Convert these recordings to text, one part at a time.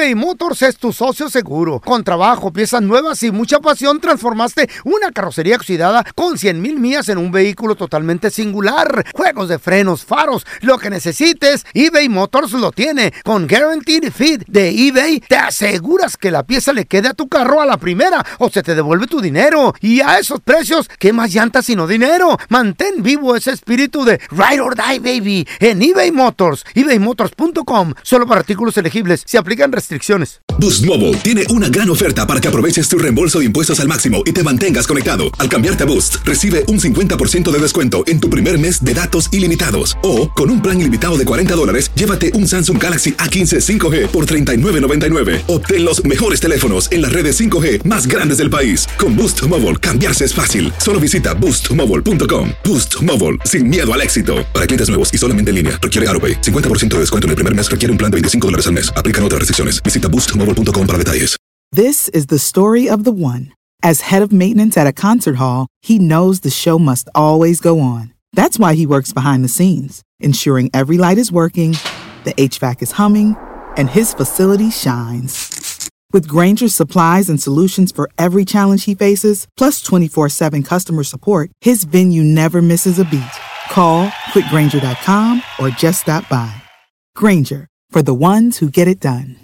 eBay Motors es tu socio seguro. Con trabajo, piezas nuevas y mucha pasión, transformaste una carrocería oxidada con 100,000 millas en un vehículo totalmente singular. Juegos de frenos, faros, lo que necesites, eBay Motors lo tiene. Con Guaranteed Fit de eBay, te aseguras que la pieza le quede a tu carro a la primera o se te devuelve tu dinero. Y a esos precios, ¿qué más llantas sino dinero? Mantén vivo ese espíritu de Ride or Die, baby, en eBay Motors. ebaymotors.com. Solo para artículos elegibles. Se aplican restricciones. Boost Mobile tiene una gran oferta para que aproveches tu reembolso de impuestos al máximo y te mantengas conectado. Al cambiarte a Boost, recibe un 50% de descuento en tu primer mes de datos ilimitados. O, con un plan ilimitado de $40, llévate un Samsung Galaxy A15 5G por $39.99. Obtén los mejores teléfonos en las redes 5G más grandes del país. Con Boost Mobile, cambiarse es fácil. Solo visita boostmobile.com. Boost Mobile, sin miedo al éxito. Para clientes nuevos y solamente en línea, requiere AutoPay. 50% de descuento en el primer mes requiere un plan de $25 al mes. Aplican otras restricciones. Visita boostmobile.com para detalles. This is the story of the one. As head of maintenance at a concert hall, he knows the show must always go on. That's why he works behind the scenes, ensuring every light is working, the HVAC is humming, and his facility shines. With Grainger's supplies and solutions for every challenge he faces, plus 24/7 customer support, his venue never misses a beat. Call quickgrainger.com or just stop by. Grainger, for the ones who get it done.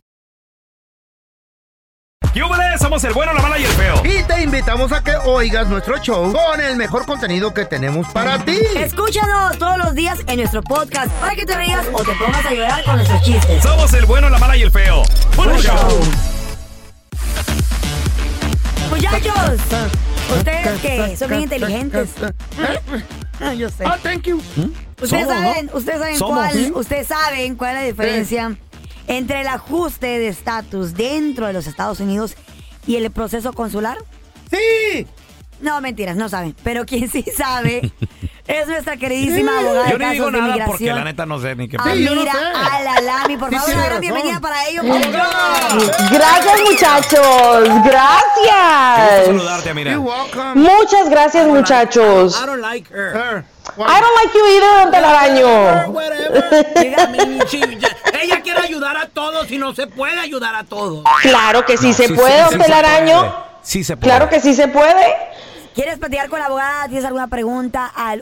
¡Yúbales! Somos el bueno, la mala y el feo. Y te invitamos a que oigas nuestro show con el mejor contenido que tenemos para ti. Escúchanos todos los días en nuestro podcast para que te rías o te pongas a llorar con nuestros chistes. Somos el bueno, la mala y el feo. ¡Buen show! Muchachos, ustedes que son bien inteligentes. Yo sé. Thank you. Ustedes saben cuál es la diferencia entre el ajuste de estatus dentro de los Estados Unidos y el proceso consular. ¡Sí! No, mentiras, no saben. Pero quien sí sabe es nuestra queridísima abogada Yo de ni digo casos de nada migración. porque la neta no sé ni qué. Sí, mira, a la Lami, por favor, una gran bienvenida para ellos. Gracias, muchachos. Gracias. Saludarte, Amira. Muchas gracias, muchachos. I don't like her. I don't like you either, don Telaraño. Ella quiere ayudar a todos y no se puede ayudar a todos. Claro que sí se puede, don Telaraño. Sí se puede. Claro que sí se puede. ¿Quieres platicar con la abogada? ¿Tienes alguna pregunta? Al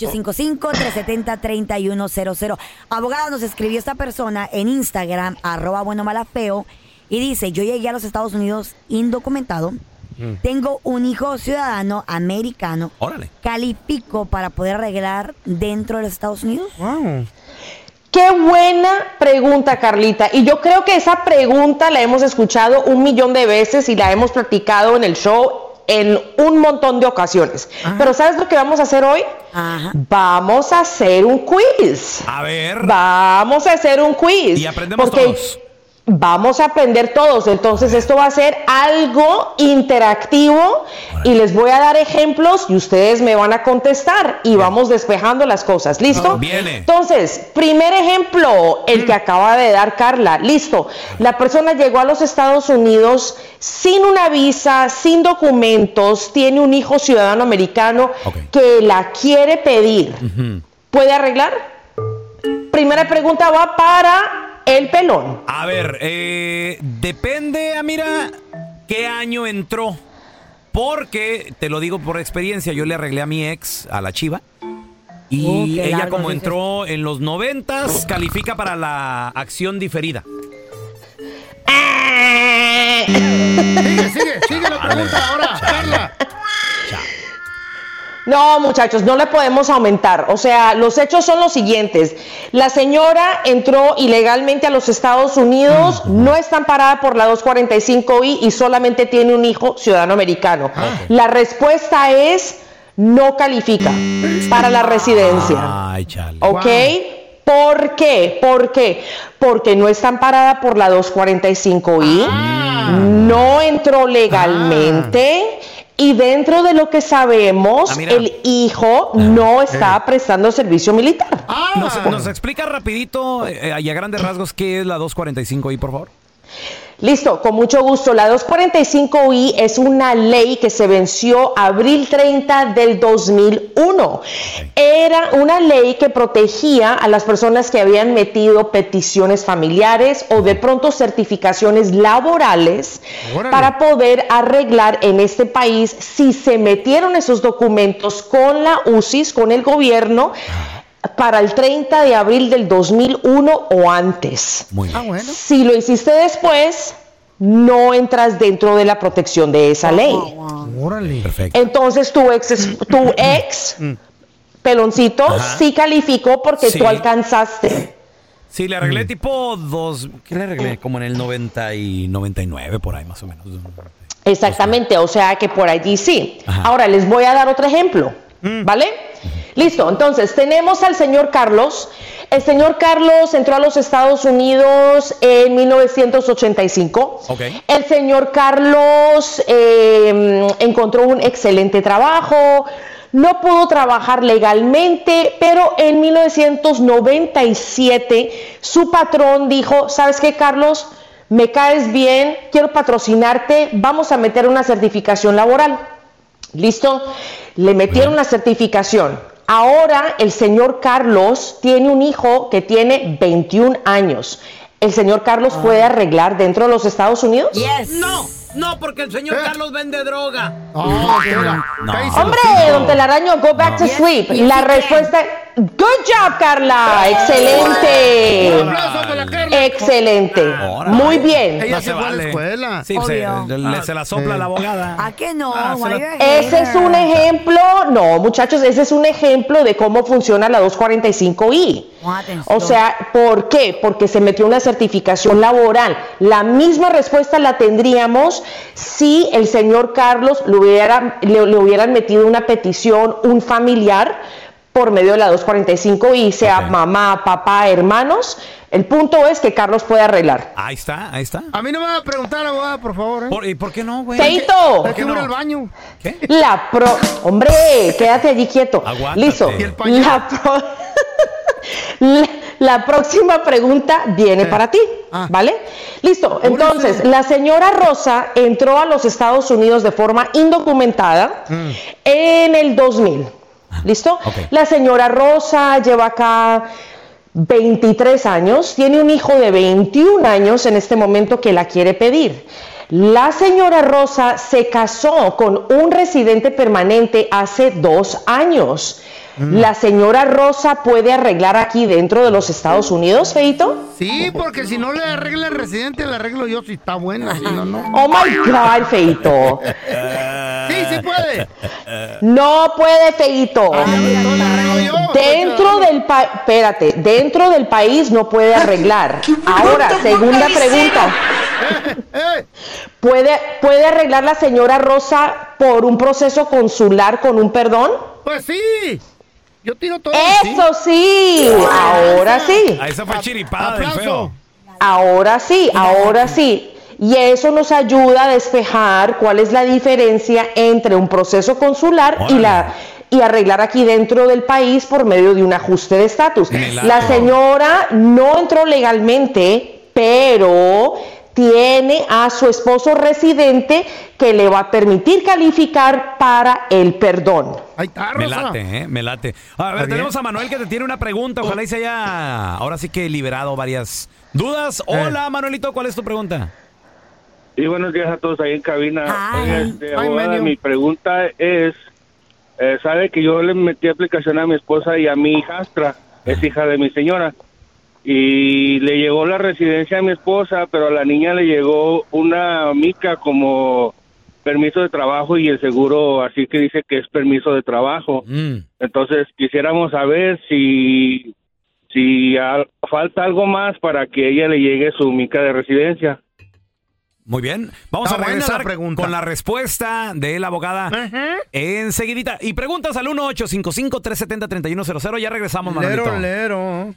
1-855-370-3100. Abogada, nos escribió esta persona en Instagram, @buenomalafeo, y dice, yo llegué a los Estados Unidos indocumentado. Tengo un hijo ciudadano americano. Órale. ¿Califico para poder arreglar dentro de los Estados Unidos? Wow. Qué buena pregunta, Carlita. Y yo creo que esa pregunta la hemos escuchado 1,000,000 de veces y la hemos practicado en el show en un montón de ocasiones. Ajá. Pero ¿sabes lo que vamos a hacer hoy? Ajá. Vamos a hacer un quiz. A ver. Vamos a hacer un quiz. Y aprendemos todos. Vamos a aprender todos, entonces esto va a ser algo interactivo y les voy a dar ejemplos y ustedes me van a contestar y vamos despejando las cosas, ¿listo? Viene. Entonces, primer ejemplo, el que acaba de dar Carla, listo. La persona llegó a los Estados Unidos sin una visa, sin documentos, tiene un hijo ciudadano americano que la quiere pedir. ¿Puede arreglar? Primera pregunta va para el pelón. A ver, depende, Amira, qué año entró. Porque, te lo digo por experiencia, yo le arreglé a mi ex, a la Chiva. Y ella como entró en los 90s, califica para la acción diferida. Sigue la pregunta ahora, Carla. No, muchachos, no le podemos aumentar. O sea, los hechos son los siguientes. La señora entró ilegalmente a los Estados Unidos, no está amparada por la 245I y solamente tiene un hijo ciudadano americano. La respuesta es no califica para la residencia. Ay, chale. ¿Ok? ¿Por qué? ¿Por qué? Porque no está amparada por la 245I, no entró legalmente. Y dentro de lo que sabemos, el hijo no está prestando servicio militar. ¿Nos explica rapidito y a grandes rasgos qué es la 245I, por favor? Listo, con mucho gusto. La 245I es una ley que se venció abril 30 del 2001. Era una ley que protegía a las personas que habían metido peticiones familiares o de pronto certificaciones laborales para poder arreglar en este país si se metieron esos documentos con la UCIS, con el gobierno, para el 30 de abril del 2001 o antes. Muy bien. Bueno. Si lo hiciste después, no entras dentro de la protección de esa ley. Órale. Perfecto. Entonces tu ex peloncito sí calificó porque Sí. tú alcanzaste. Sí, le arreglé tipo ¿qué le arreglé? Como en el 90 y 99, por ahí más o menos. Exactamente, o sea que por allí sí. Ajá. Ahora les voy a dar otro ejemplo, ¿vale? Listo, entonces tenemos al señor Carlos. El señor Carlos entró a los Estados Unidos en 1985. Ok. El señor Carlos encontró un excelente trabajo. No pudo trabajar legalmente, pero en 1997 su patrón dijo, ¿sabes qué, Carlos? Me caes bien, quiero patrocinarte, vamos a meter una certificación laboral. ¿Listo? Le metieron una certificación. Ahora el señor Carlos tiene un hijo que tiene 21 años. ¿El señor Carlos puede arreglar dentro de los Estados Unidos? Yes. No, porque el señor Carlos vende droga. Hombre, don Telaraño, go back to sleep. Yes, La he respuesta, good job, Carla. Excelente. Excelente. Órale. Muy bien. Ella No se se fue a la vale. escuela. Sí, se Obvio. la sopla la abogada. ¿A qué no? se la- Why you Ese es un hater? ejemplo, no, muchachos, ese es un ejemplo de cómo funciona la 245I. Atención. O sea, ¿por qué? Porque se metió una certificación laboral. La misma respuesta la tendríamos si el señor Carlos le hubieran metido una petición, un familiar, por medio de la 245I, sea Ok. mamá, papá, hermanos. El punto es que Carlos puede arreglar. Ahí está, ahí está. A mí no me va a preguntar, abogada, por favor. ¿Y por qué no, güey? ¡Feito! Hay que ir al baño. ¿Qué? Hombre, quédate allí quieto. Aguántate. Listo. ¿Y el La próxima pregunta viene para ti, ¿vale? Listo. Entonces, la señora Rosa entró a los Estados Unidos de forma indocumentada en el 2000. ¿Listo? Ok. La señora Rosa lleva acá 23 años, tiene un hijo de 21 años en este momento que la quiere pedir. La señora Rosa se casó con un residente permanente hace 2 años. ¿La señora Rosa puede arreglar aquí dentro de los Estados Unidos, Feito? Sí, porque si no le arregla el residente, le arreglo yo si está buena. Si no, no. Oh my God, Feito. Sí, sí puede. No puede, Feito. No le arreglo yo. Dentro del país no puede arreglar. Ahora, segunda pregunta. ¿Puede arreglar la señora Rosa por un proceso consular con un perdón? Pues sí. Yo tiro todo. Eso sí. Ahora sí. A esa fue chiripada del feo. Ahora sí, ahora sí. Y eso nos ayuda a despejar cuál es la diferencia entre un proceso consular y arreglar aquí dentro del país por medio de un ajuste de estatus. La señora no entró legalmente, pero tiene a su esposo residente que le va a permitir calificar para el perdón. Ahí está, Me Rosa. late, me late. A ver, tenemos a Manuel que te tiene una pregunta. Ojalá y se haya ahora sí que liberado varias dudas. Hola, Manuelito, ¿cuál es tu pregunta? Sí, buenos días a todos ahí en cabina. Hi. Abogada, mi pregunta es, sabe que yo le metí aplicación a mi esposa y a mi hijastra, es hija de mi señora, y le llegó la residencia a mi esposa, pero a la niña le llegó una mica como permiso de trabajo y el seguro así que dice que es permiso de trabajo. Entonces quisiéramos saber si falta algo más para que ella le llegue su mica de residencia. Muy bien, vamos Está a buena regresar la pregunta. con la respuesta de la abogada enseguidita. Y preguntas al 1-855-370-3100. Ya regresamos, Manuelito. Lero.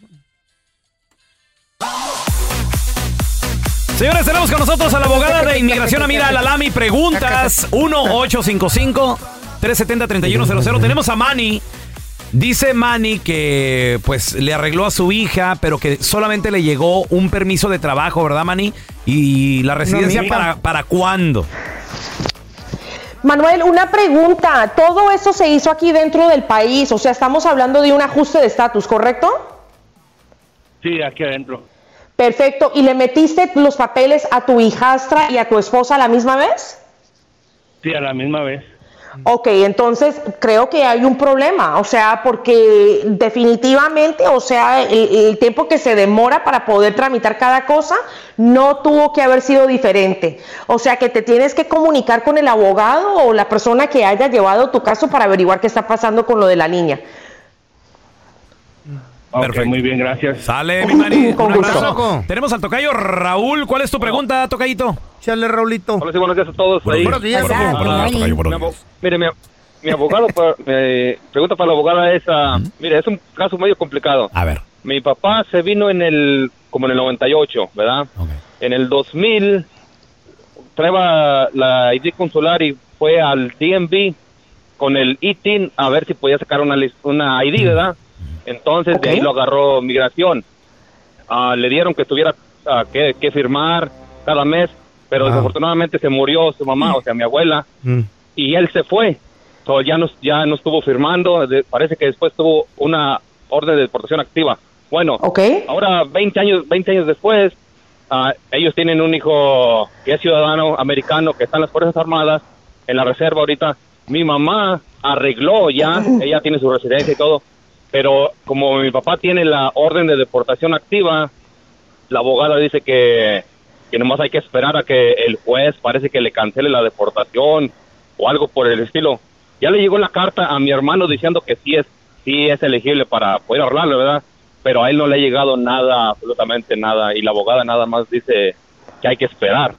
Señores, tenemos con nosotros a la abogada de inmigración, Amira Lalami. Preguntas 1-855-370-3100. Tenemos a Manny. Dice Manny que pues le arregló a su hija, pero que solamente le llegó un permiso de trabajo, ¿verdad, Manny? ¿Y la residencia para cuándo? Manuel, una pregunta. Todo eso se hizo aquí dentro del país, o sea, estamos hablando de un ajuste de estatus, ¿correcto? Sí, aquí adentro. Perfecto. ¿Y le metiste los papeles a tu hijastra y a tu esposa a la misma vez? Sí, a la misma vez. Ok, entonces creo que hay un problema, o sea, porque definitivamente, o sea, el tiempo que se demora para poder tramitar cada cosa no tuvo que haber sido diferente. O sea, que te tienes que comunicar con el abogado o la persona que haya llevado tu caso para averiguar qué está pasando con lo de la niña. Ok, muy bien, gracias. Sale, mi Mari. Con Un abrazo. gusto. Tenemos al tocayo Raúl. ¿Cuál es tu pregunta, tocayito? Chale, Raulito. Hola, sí, buenos días a todos. Ahí. Buenos días. Mire, mi abogado, mi pregunta para la abogada es, mire, es un caso medio complicado. A ver. Mi papá se vino como en el 98, ¿verdad? Okay. En el 2000 traía la ID consular y fue al DMV con el ITIN a ver si podía sacar una ID, ¿verdad? Entonces de ahí lo agarró migración. Le dieron que tuviera que firmar cada mes, pero desafortunadamente se murió su mamá, o sea, mi abuela, y él se fue. Ya no estuvo firmando. Parece que después tuvo una orden de deportación activa. Bueno, ahora 20 años después, ellos tienen un hijo que es ciudadano americano, que está en las Fuerzas Armadas, en la reserva ahorita. Mi mamá arregló ya, ella tiene su residencia y todo, pero como mi papá tiene la orden de deportación activa, la abogada dice que nomás hay que esperar a que el juez parece que le cancele la deportación o algo por el estilo. Ya le llegó la carta a mi hermano diciendo que sí es elegible para poder ahorrarle, ¿verdad? Pero a él no le ha llegado nada, absolutamente nada, y la abogada nada más dice que hay que esperar.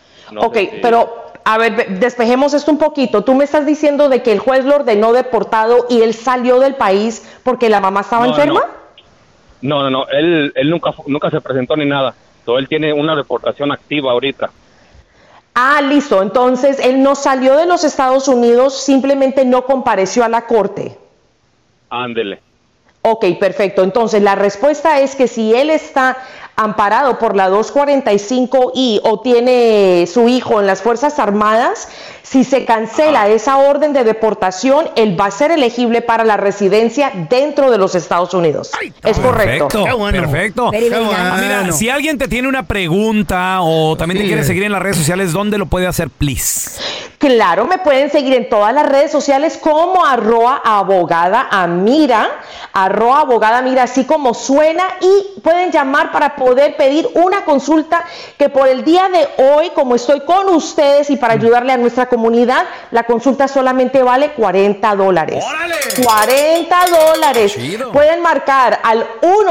Pero a ver, despejemos esto un poquito. Tú me estás diciendo de que el juez lo ordenó deportado y él salió del país porque la mamá estaba enferma. No, él nunca se presentó ni nada. Él tiene una deportación activa ahorita. Listo. Entonces, él no salió de los Estados Unidos, simplemente no compareció a la corte. Ándele. Ok, perfecto. Entonces, la respuesta es que si él está amparado por la 245I o tiene su hijo en las Fuerzas Armadas, si se cancela esa orden de deportación, él va a ser elegible para la residencia dentro de los Estados Unidos. Es correcto. Perfecto. Mira, si alguien te tiene una pregunta o también te quiere seguir en las redes sociales, ¿dónde lo puede hacer, please? Claro, me pueden seguir en todas las redes sociales como @abogadamira, @abogadamira, así como suena, y pueden llamar para poder pedir una consulta que por el día de hoy, como estoy con ustedes y para ayudarle a nuestra comunidad, la consulta solamente vale $40. ¡Órale! $40. Chido. Pueden marcar al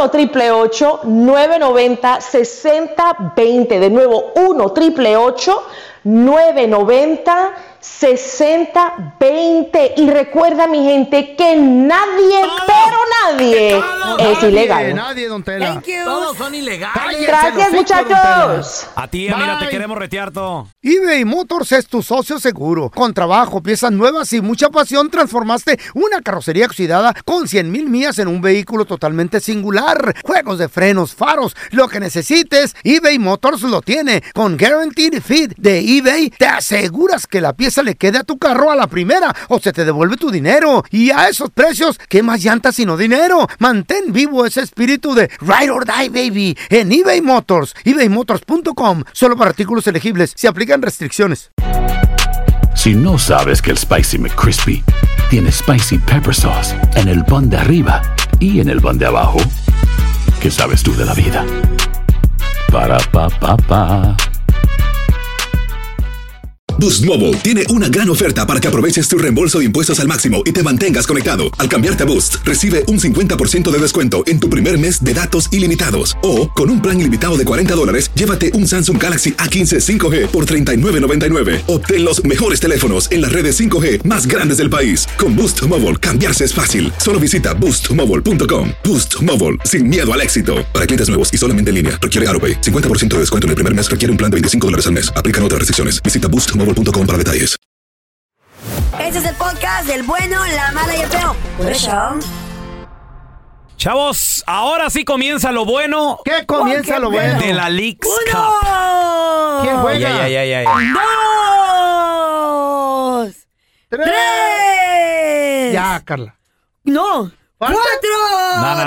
1-888-990-6020. De nuevo, 1-888-990-6020. Y recuerda, mi gente, que nadie, pero nadie es ilegal. Nadie, don Tela. Todos son ilegales. Gracias, muchachos. A ti, mira, te queremos retear todo. eBay Motors es tu socio seguro. Con trabajo, piezas nuevas y mucha pasión, transformaste una carrocería oxidada con 100,000 millas en un vehículo totalmente singular. Juegos de frenos, faros, lo que necesites, eBay Motors lo tiene. Con Guaranteed Fit de eBay, te aseguras que la pieza le quede a tu carro a la primera o se te devuelve tu dinero. Y a esos precios, ¿qué más llantas sino dinero? Mantén vivo ese espíritu de Ride or Die, baby, en eBay Motors. ebaymotors.com. Solo para artículos elegibles. Se aplican restricciones. Si no sabes que el Spicy McCrispy tiene Spicy Pepper Sauce en el pan de arriba y en el pan de abajo, ¿qué sabes tú de la vida? Para, pa, pa, pa. Boost Mobile tiene una gran oferta para que aproveches tu reembolso de impuestos al máximo y te mantengas conectado. Al cambiarte a Boost, recibe un 50% de descuento en tu primer mes de datos ilimitados. O, con un plan ilimitado de $40, llévate un Samsung Galaxy A15 5G por $39.99. Obtén los mejores teléfonos en las redes 5G más grandes del país. Con Boost Mobile, cambiarse es fácil. Solo visita boostmobile.com. Boost Mobile, sin miedo al éxito. Para clientes nuevos y solamente en línea, requiere AutoPay. 50% de descuento en el primer mes requiere un plan de $25 al mes. Aplican otras restricciones. Visita boostmobile.com para detalles. Este es el podcast del bueno, la mala y el feo. Por eso. Chavos, ahora sí comienza lo bueno. ¿Qué comienza lo bueno? De la Leagues Cup. ¿Quién juega? Ya. 2, 3. Ya, Carla. No. 4. No.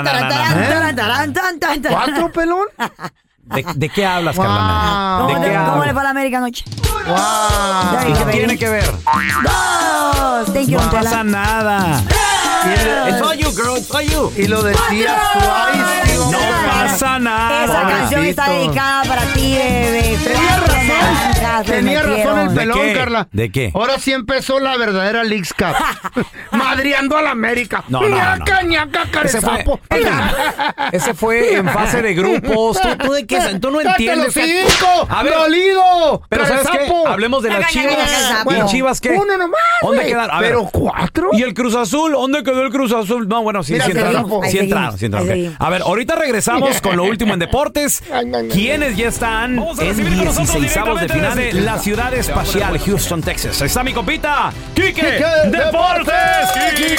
¿4, pelón? ¿De qué hablas, Carla? ¿Cómo ¿De qué le hablas? fue a la América anoche? Wow. ¿Qué tiene que ver? 2. Thank you, No don Tela. pasa nada. It's all you, girl. It's all you. Y lo decía suave. No pasa nada. Esa canción está dedicada para ti, bebé. Tenía razón el pelón, qué? Carla. ¿De qué? Ahora sí empezó la verdadera Leagues Cup. Madreando a la América. No. Ñaca, carezapo. Ese fue en fase de grupos. ¿Tú de qué? Tú no entiendes. A ver, dolido. Pero ¿sabes qué? carezapo. Hablemos de las Chivas. ¿Y Chivas qué? Uno nomás, ¿Dónde güey. quedaron? A ver. Pero 4. ¿Y el Cruz Azul? ¿Dónde quedó el Cruz Azul? No, bueno, sí Mira, entraron. ahí Sí entraron. Ahí Ok. seguimos. A ver, ahorita regresamos con lo último en deportes. ¿Quiénes ya están en 16avos de final de la ciudad espacial Houston, Texas? Ahí está mi compita, Quique Deportes.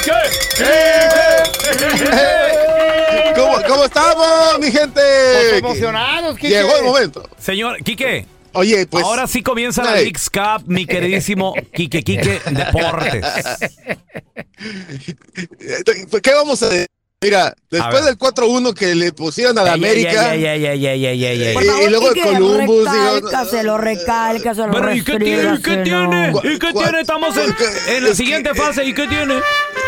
¿Cómo estamos, mi gente? Pues emocionados, Quique. Llegó el momento. Señor Quique. Oye, pues. Ahora sí comienza la Leagues Cup, mi queridísimo Quique Deportes. ¿Qué vamos a decir? Mira, después del 4-1 que le pusieron a la América. Y luego el Columbus. Se lo recalca. Bueno, ¿y qué tiene? ¿Y qué tiene? Estamos en la siguiente fase. ¿Y qué tiene?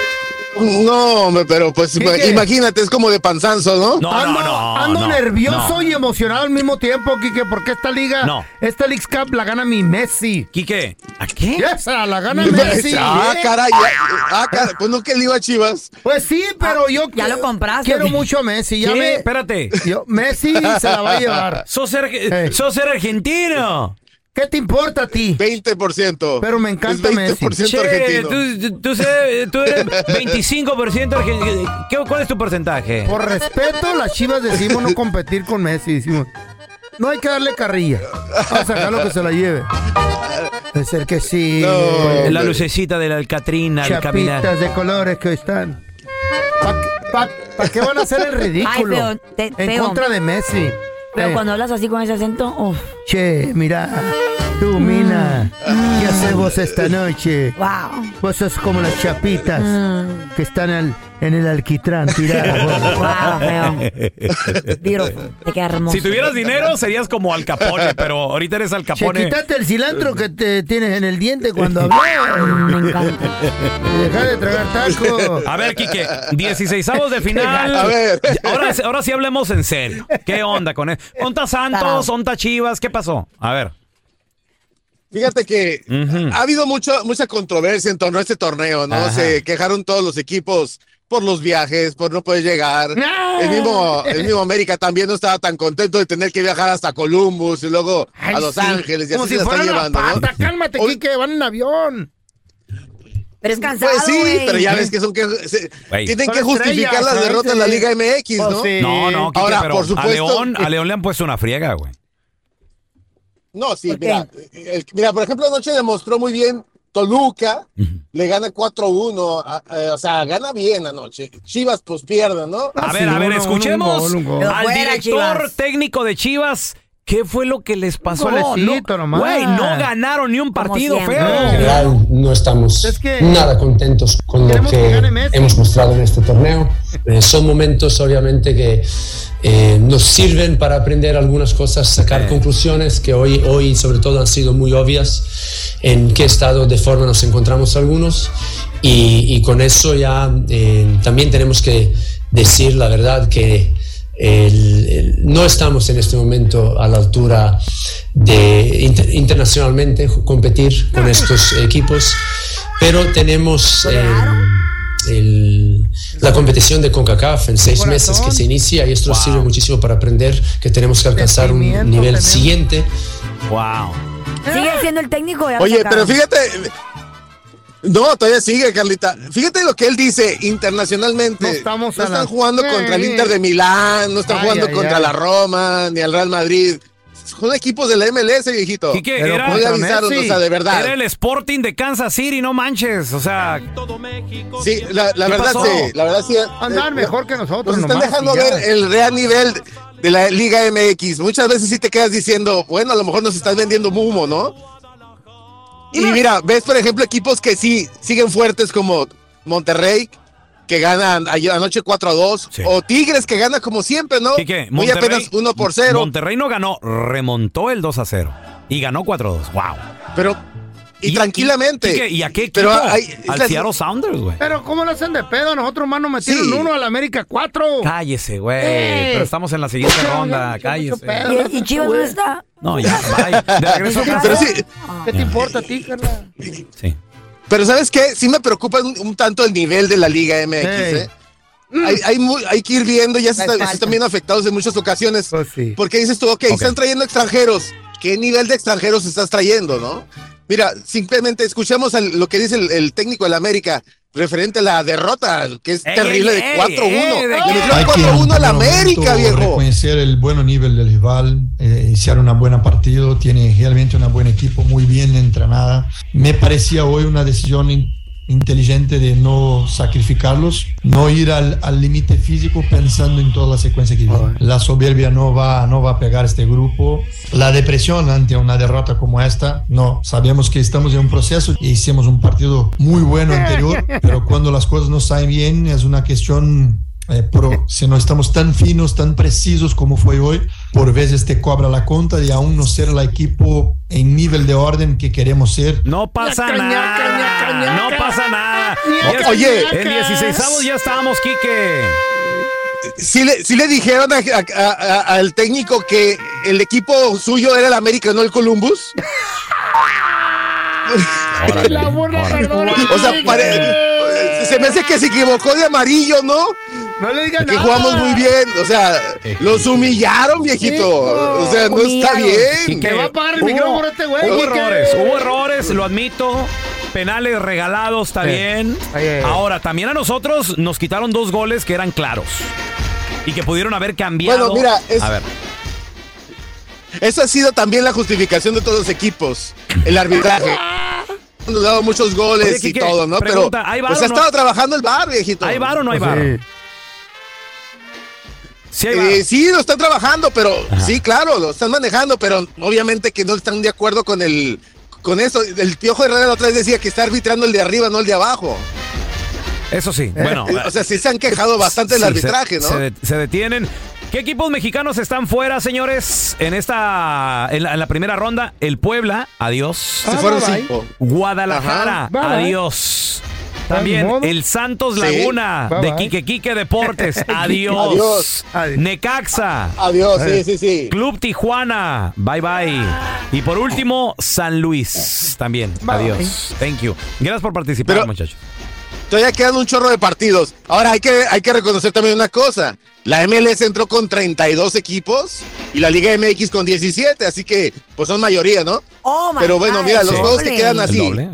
No, hombre, pero pues imagínate, es como de panzanzo, ¿no? Ando nervioso y emocionado al mismo tiempo, Quique, porque esta Leagues Cup la gana mi Messi. Quique, ¿a qué? Esa la gana Messi. Caray, pues no que le iba a Chivas. Pues sí, pero yo ya lo compraste. Quiero mucho a Messi. Espérate. Messi se la va a llevar. Sos argentino. ¿Qué te importa a ti? 20%. Pero me encanta Messi. 20% argentino. Tú eres 25% argentino. ¿Cuál es tu porcentaje? Por respeto, las Chivas decimos no competir con Messi. Decimos, no hay que darle carrilla. Vamos a dejarlo que se la lleve. Es ser que sí. No, la lucecita de la Alcatrina al caminar. Chapitas de colores que están. ¿Para qué van a hacer el ridículo? En contra de Messi. Pero cuando hablas así con ese acento, Che, mira, tú, Mina, ¿qué hacemos esta noche? Wow. Vos sos como las chapitas que están en el alquitrán tiradas. Wow, feo. Beautiful. Te queda hermoso. Si tuvieras dinero, serías como Al Capone, pero ahorita eres Al Capone. Che, quítate el cilantro que te tienes en el diente cuando hablas. Me encanta. Deja de tragar taco. A ver, Quique, 16avos de final. A ver. Ahora sí hablemos en serio. ¿Qué onda con él? ¿Onta Santos? ¿Onta Chivas? ¿Qué pasó? A ver. Fíjate que ha habido mucha controversia en torno a este torneo, ¿no? Ajá. Se quejaron todos los equipos por los viajes, por no poder llegar. ¡No! El mismo América también no estaba tan contento de tener que viajar hasta Columbus y luego a Los Ángeles. Y como así si se la fuera están una llevando, pata. ¿no? Cálmate, Quique, van en avión. Pero es cansado, Pues sí, güey. pero ya ves que tienen Son que justificar estrellas, las derrotas en la Liga MX, Pues ¿no? sí. No, Quique, Ahora, pero por supuesto, a León le han puesto una friega, güey. No, sí, ¿Por qué? mira, por ejemplo, anoche demostró muy bien Toluca, le gana 4-1, o sea, gana bien anoche. Chivas, pues pierden, ¿no? A ver, escuchemos un gol. Pero al fuera, director Chivas. técnico de Chivas. ¿Qué fue lo que les pasó? golecito nomás. Güey, no ganaron ni un partido siempre. feo. En general, no estamos Es que nada contentos con lo queremos que que gane Messi. hemos mostrado en este torneo. Son momentos, obviamente, que nos sirven para aprender algunas cosas, sacar conclusiones que hoy, sobre todo, han sido muy obvias en qué estado de forma nos encontramos algunos. Y con eso ya también tenemos que decir la verdad que no estamos en este momento a la altura de internacionalmente competir con estos equipos, pero tenemos la competición de CONCACAF en 6 meses que se inicia y esto nos sirve muchísimo para aprender que tenemos que alcanzar un nivel siguiente. Wow. Sigue siendo el técnico. Ya lo Oye, sacaron. pero fíjate. No, todavía sigue, Carlita. Fíjate lo que él dice internacionalmente. No estamos están jugando contra el Inter de Milán, no están jugando contra la Roma, ni al Real Madrid. son equipos de la MLS, viejito. ¿Y qué? Pero puede avisarlos, o sea, de verdad. Era el Sporting de Kansas City, no manches, o sea... Sí, la verdad pasó? sí, la verdad sí. Andan mejor que nosotros. Nos están nomás, dejando y ya. ver el real nivel de la Liga MX. Muchas veces sí te quedas diciendo, bueno, a lo mejor nos estás vendiendo humo, ¿no? Y mira, ves, por ejemplo, equipos que sí siguen fuertes como Monterrey, que ganan anoche 4-2, sí. O Tigres, que gana como siempre, ¿no? Muy apenas 1-0. Monterrey no ganó, remontó el 2-0 y ganó 4-2. ¡Wow! Pero... Y tranquilamente. ¿Y a qué equipo? Pero al Seattle Sounders, güey. Pero ¿cómo lo hacen de pedo? Nosotros más nos metieron 1 al América 4. Cállese, güey. Pero estamos en la siguiente ronda. Cállese. ¿Y Chivas dónde está? No, ya, bye. De regreso. Pero sí. ¿Qué te importa a ti, Carla? Sí. Pero ¿sabes qué? Sí me preocupa un tanto el nivel de la Liga MX, ¿eh? Hay que ir viendo, ya se están viendo afectados en muchas ocasiones. Pues sí. Porque dices tú, okay, están trayendo extranjeros. ¿Qué nivel de extranjeros estás trayendo, no? Mira, simplemente escuchemos lo que dice el técnico del América referente a la derrota, que es terrible de 4-1. Le metieron 4-1 al América, viejo. Reconocer el buen nivel del rival, hicieron una buena partido, tiene realmente un buen equipo, muy bien entrenada. Me parecía hoy una decisión inteligente de no sacrificarlos, no ir al límite físico pensando en toda la secuencia que viene. La soberbia no va a pegar este grupo. La depresión ante una derrota como esta, no. Sabemos que estamos en un proceso y hicimos un partido muy bueno anterior, pero cuando las cosas no salen bien es una cuestión... si no estamos tan finos, tan precisos como fue hoy, por veces te cobra la cuenta de aún no ser el equipo en nivel de orden que queremos ser. No pasa nada. No pasa nada. Oye, en 16avos ya estábamos, Quique. Sí le dijeron al técnico que el equipo suyo era el América, no el Columbus. Órale, la burla, perdón. O sea, se me hace que se equivocó de amarillo, ¿no? No le digan que nada. jugamos muy bien, o sea, los humillaron, viejito. O sea, no está bien. Que va a pagar el micrófono este güey. Hubo errores, lo admito. Penales regalados, está bien. Ahora, también a nosotros nos quitaron 2 goles que eran claros y que pudieron haber cambiado. Bueno, mira, a ver. Eso ha sido también la justificación de todos los equipos, el arbitraje. Han dado muchos goles. Oye, y todo, ¿no? Pregunta, pero pues ha estado trabajando el VAR, viejito. ¿Hay VAR o no hay VAR? Sí, sí, lo están trabajando, pero sí, claro, lo están manejando, pero obviamente que no están de acuerdo con eso. El Piojo Herrera la otra vez decía que está arbitrando el de arriba, no el de abajo. Eso sí, bueno. O sea, sí se han quejado bastante del arbitraje, ¿no? Se detienen. ¿Qué equipos mexicanos están fuera, señores? En la primera ronda, el Puebla, adiós. Se fueron 5. Guadalajara, adiós. También el Santos Laguna de Quique Deportes, adiós. Necaxa, adiós, sí. Club Tijuana, bye. Y por último, San Luis, también, adiós. Thank you. Gracias por participar, muchachos. Todavía quedan un chorro de partidos. Ahora hay que reconocer también una cosa. La MLS entró con 32 equipos y la Liga MX con 17, así que pues son mayoría, ¿no? Pero bueno, mira, los juegos que quedan así. ¿El doble?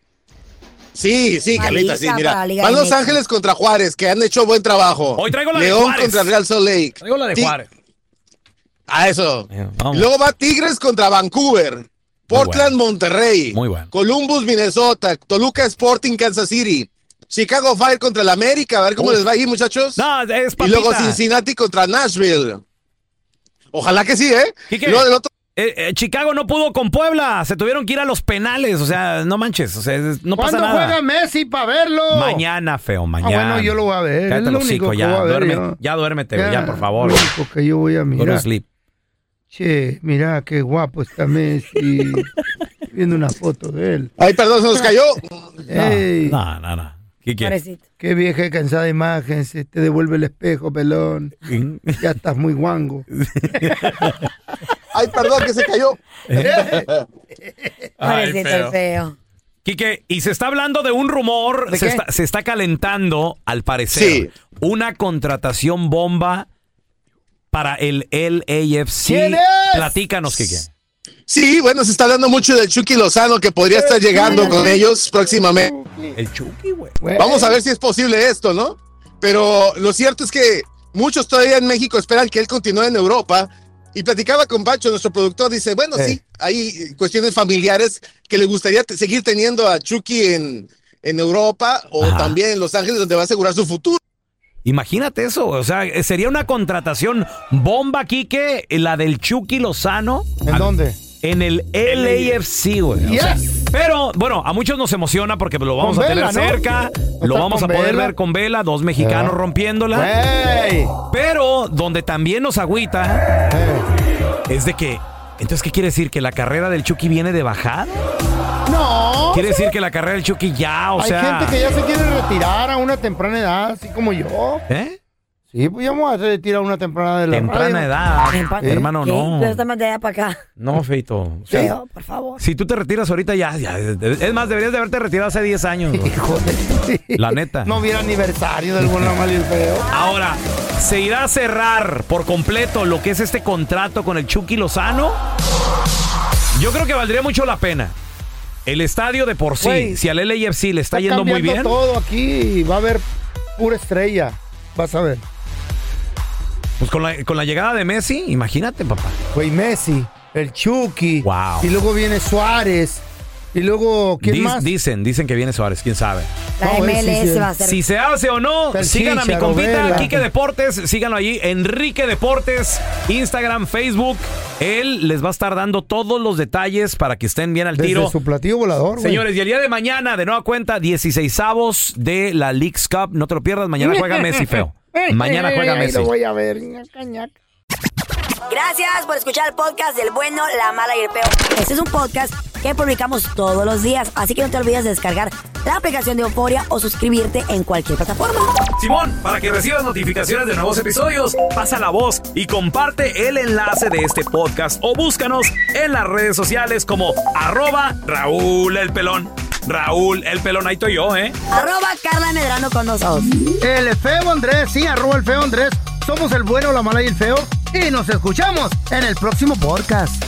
Sí, Carlita, sí, mira. Van Los Ángeles contra Juárez, que han hecho buen trabajo. Hoy traigo la León de Juárez. Contra Real Salt Lake. Traigo la de Juárez. Eso. Luego va Tigres contra Vancouver. Portland, Monterrey. Muy bueno. Columbus, Minnesota. Toluca Sporting, Kansas City. Chicago Fire contra el América. A ver cómo les va ahí, muchachos. No, es papita. Y luego Cincinnati contra Nashville. Ojalá que sí, ¿eh? ¿Y luego Chicago no pudo con Puebla. Se tuvieron que ir a los penales. O sea, no manches. O sea, no pasa nada. ¿Cuándo juega Messi para verlo? Mañana, feo, mañana. Bueno, yo lo voy a ver. Cállate es lo único que voy a ver. Ya duérmete, ya, por favor. Lo único que yo voy a mirar. Go to sleep. Che, mira qué guapo está Messi. Viendo una foto de él. Ay, perdón, se nos cayó. Ey. No. Qué vieja y cansada imagen. Se te devuelve el espejo, pelón. Ya estás muy guango. Ay, perdón, que se cayó. Ay, feo. Quique, y se está hablando de un rumor, se está calentando, al parecer, una contratación bomba para el LAFC. ¿Quién es? Platícanos, Quique. Sí, bueno, se está hablando mucho del Chucky Lozano, que podría estar llegando con ellos próximamente. El Chucky, güey. Vamos a ver si es posible esto, ¿no? Pero lo cierto es que muchos todavía en México esperan que él continúe en Europa Y platicaba con Pancho, nuestro productor, dice, bueno, sí, hay cuestiones familiares que le gustaría seguir teniendo a Chucky en Europa o también en Los Ángeles, donde va a asegurar su futuro. Imagínate eso, o sea, sería una contratación bomba, Quique, la del Chucky Lozano. ¿En dónde? En el LAFC, güey. Yes. O sea, pero, bueno, a muchos nos emociona porque lo vamos Con a tener Vela, ¿no? cerca, lo vamos a poder ver con Vela, 2 mexicanos rompiéndola. Wey. Pero donde también nos agüita es de que, entonces, ¿qué quiere decir? ¿Que la carrera del Chucky viene de bajada? No. Quiere decir que la carrera del Chucky ya, o sea... Hay gente que ya se quiere retirar a una temprana edad, así como yo. ¿Eh? Sí, pues ya vamos a retirar a una temprana edad de la Temprana edad. Hermano, no. Tú estás más de allá para acá. No, Feito. O sea, Feo, por favor. si tú te retiras ahorita ya. Es más, deberías de haberte retirado hace 10 años. La neta. No hubiera aniversario del bueno, mal y el feo. Ahora, ¿se irá a cerrar por completo lo que es este contrato con el Chucky Lozano? Yo creo que valdría mucho la pena. El estadio de por sí, Wey, si al LAFC le está yendo muy bien. Todo aquí va a haber pura estrella. Vas a ver. Pues con la llegada de Messi, imagínate, papá. Güey, Messi, el Chucky. Wow. Y luego viene Suárez. Y luego, ¿quién más? Dicen que viene Suárez, quién sabe. La MLS va a ser. Si se hace o no, sigan a mi compita, Quique Deportes, síganlo allí, Enrique Deportes, Instagram, Facebook. Él les va a estar dando todos los detalles para que estén bien al tiro. Desde su platillo volador, güey. Señores, y el día de mañana, de nueva cuenta, 16avos de la Leagues Cup. No te lo pierdas, mañana juega Messi, feo. Mañana juega Messi. Lo voy a ver. Gracias por escuchar el podcast del bueno, la mala y el peor. Este es un podcast que publicamos todos los días, así que no te olvides de descargar la aplicación de Euforia o suscribirte en cualquier plataforma. Simón, para que recibas notificaciones de nuevos episodios, pasa la voz y comparte el enlace de este podcast o búscanos en las redes sociales como @Raúl el Pelón. Raúl el Pelón, ahí estoy yo, @Carla Medrano con nosotros. El feo Andrés, sí, @el feo Andrés. Somos el bueno, la mala y el feo. Y nos escuchamos en el próximo podcast.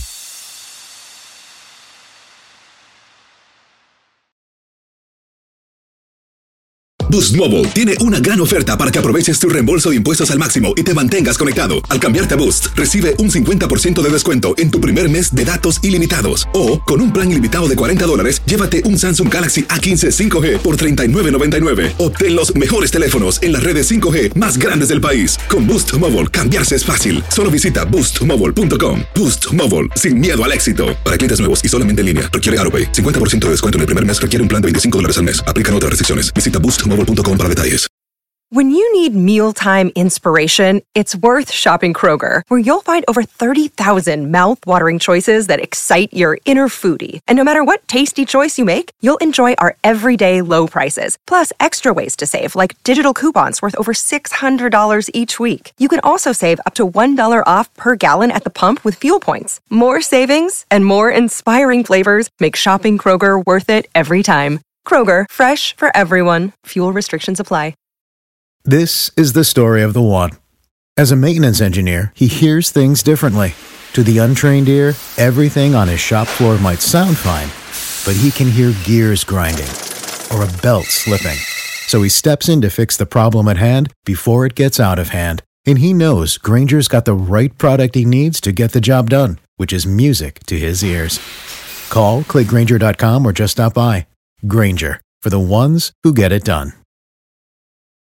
Boost Mobile tiene una gran oferta para que aproveches tu reembolso de impuestos al máximo y te mantengas conectado. Al cambiarte a Boost, recibe un 50% de descuento en tu primer mes de datos ilimitados. O, con un plan ilimitado de $40, llévate un Samsung Galaxy A15 5G por $39.99. Obtén los mejores teléfonos en las redes 5G más grandes del país. Con Boost Mobile, cambiarse es fácil. Solo visita boostmobile.com. Boost Mobile, sin miedo al éxito. Para clientes nuevos y solamente en línea, requiere AutoPay. 50% de descuento en el primer mes requiere un plan de $25 al mes. Aplican otras restricciones. Visita boostmobile.com para detalles. When you need mealtime inspiration, it's worth shopping Kroger, where you'll find over 30,000 mouth-watering choices that excite your inner foodie. And no matter what tasty choice you make, you'll enjoy our everyday low prices, plus extra ways to save, like digital coupons worth over $600 each week. You can also save up to $1 off per gallon at the pump with fuel points. More savings and more inspiring flavors make shopping Kroger worth it every time. Kroger, fresh for everyone. Fuel restrictions apply. This is the story of the one. As a maintenance engineer, he hears things differently. To the untrained ear, everything on his shop floor might sound fine, but he can hear gears grinding or a belt slipping. So he steps in to fix the problem at hand before it gets out of hand. And he knows Grainger's got the right product he needs to get the job done, which is music to his ears. Call, click Grainger.com, or just stop by. Grainger, for the ones who get it done.